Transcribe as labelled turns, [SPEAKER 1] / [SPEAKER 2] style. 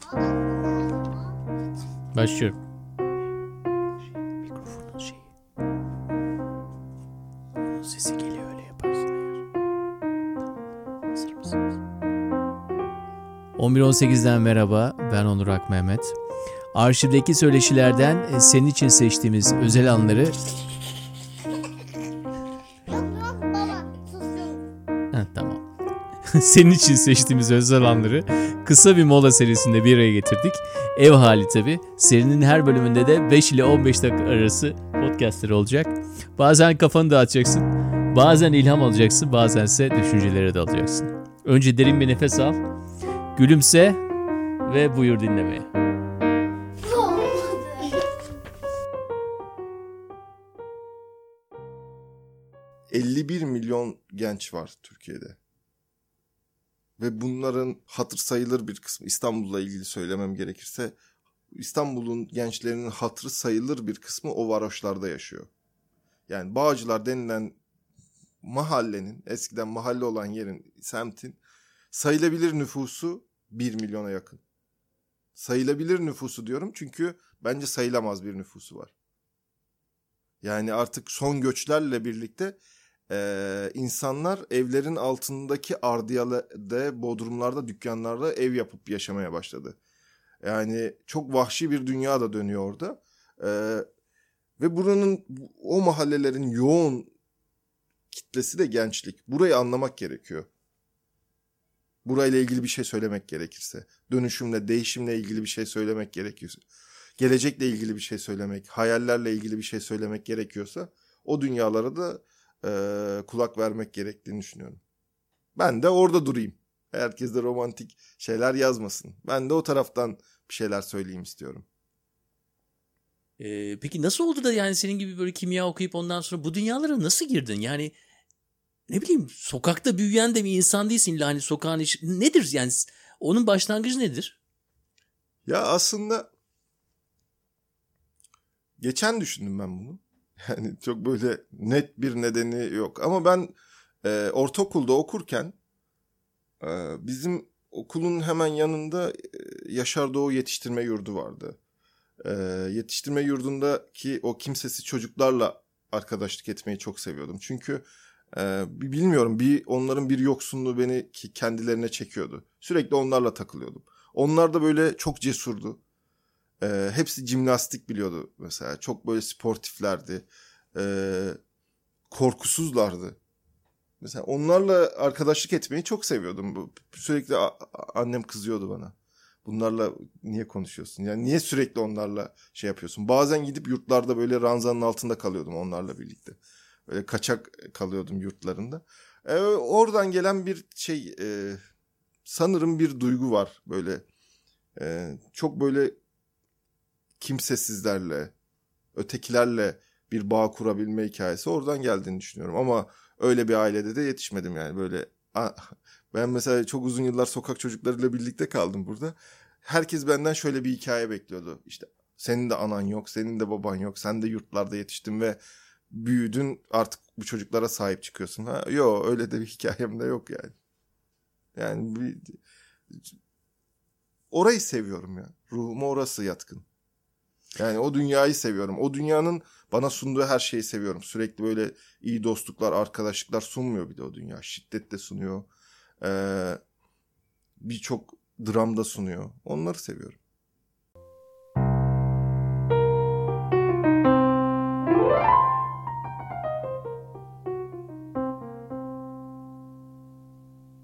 [SPEAKER 1] Başlıyorum. Mikrofonun şeyi. Onun sesi geliyor, öyle yaparsın eğer. Tamam. Hazır mısınız? 11.18'den merhaba. Ben Onur Akmehmet. Arşivdeki söyleşilerden senin için seçtiğimiz özel anları... Tamam. Senin için seçtiğimiz özel anları kısa bir mola serisinde bir araya getirdik. Ev hali tabii. Serinin her bölümünde de 5 ile 15 dakika arası podcastler olacak. Bazen kafanı dağıtacaksın, bazen ilham alacaksın, bazense düşüncelere dalacaksın. Önce derin bir nefes al, gülümse ve buyur dinlemeye.
[SPEAKER 2] 51 milyon genç var Türkiye'de. Ve bunların hatır sayılır bir kısmı, İstanbul'la ilgili söylemem gerekirse, İstanbul'un gençlerinin hatırı sayılır bir kısmı o varoşlarda yaşıyor. Yani Bağcılar denilen mahallenin, eskiden mahalle olan yerin, semtin sayılabilir nüfusu 1 milyona yakın. Sayılabilir nüfusu diyorum çünkü bence sayılamaz bir nüfusu var. Yani artık son göçlerle birlikte insanlar evlerin altındaki ardiyada, bodrumlarda, dükkanlarda ev yapıp yaşamaya başladı. Yani çok vahşi bir dünya da dönüyor orada. Ve buranın, o mahallelerin yoğun kitlesi de gençlik. Burayı anlamak gerekiyor. Burayla ilgili bir şey söylemek gerekirse, dönüşümle, değişimle ilgili bir şey söylemek gerekiyorsa, gelecekle ilgili bir şey söylemek, hayallerle ilgili bir şey söylemek gerekiyorsa, o dünyalara da kulak vermek gerektiğini düşünüyorum. Ben de orada durayım. Herkes de romantik şeyler yazmasın. Ben de o taraftan bir şeyler söyleyeyim istiyorum.
[SPEAKER 1] Peki nasıl oldu da yani senin gibi böyle kimya okuyup ondan sonra bu dünyalara nasıl girdin? Yani ne bileyim, sokakta büyüyen de bir insan değilsin illa, hani sokağın işi nedir yani, onun başlangıcı nedir?
[SPEAKER 2] Ya aslında geçen düşündüm ben bunu. Yani çok böyle net bir nedeni yok. Ama ben ortaokulda okurken bizim okulun hemen yanında Yaşar Doğu Yetiştirme Yurdu vardı. Yetiştirme yurdundaki o kimsesiz çocuklarla arkadaşlık etmeyi çok seviyordum. Çünkü bilmiyorum, onların bir yoksunluğu beni kendilerine çekiyordu. Sürekli onlarla takılıyordum. Onlar da böyle çok cesurdu. Hepsi jimnastik biliyordu mesela. Çok böyle sportiflerdi. Korkusuzlardı. Mesela onlarla arkadaşlık etmeyi çok seviyordum. Sürekli annem kızıyordu bana. Bunlarla niye konuşuyorsun? Yani niye sürekli onlarla şey yapıyorsun? Bazen gidip yurtlarda böyle ranzanın altında kalıyordum onlarla birlikte. Böyle kaçak kalıyordum yurtlarında. Oradan gelen bir şey, sanırım bir duygu var böyle. Çok böyle kimsesizlerle, ötekilerle bir bağ kurabilme hikayesi oradan geldiğini düşünüyorum. Ama öyle bir ailede de yetişmedim yani böyle. Ben mesela çok uzun yıllar sokak çocuklarıyla birlikte kaldım burada. Herkes benden şöyle bir hikaye bekliyordu. İşte senin de anan yok, senin de baban yok, sen de yurtlarda yetiştin ve büyüdün, artık bu çocuklara sahip çıkıyorsun. Yok, öyle de bir hikayem de yok yani. Yani orayı seviyorum ya. Ruhuma orası yatkın. Yani o dünyayı seviyorum. O dünyanın bana sunduğu her şeyi seviyorum. Sürekli böyle iyi dostluklar, arkadaşlıklar sunmuyor bir de o dünya. Şiddet de sunuyor. Birçok dram da sunuyor. Onları seviyorum.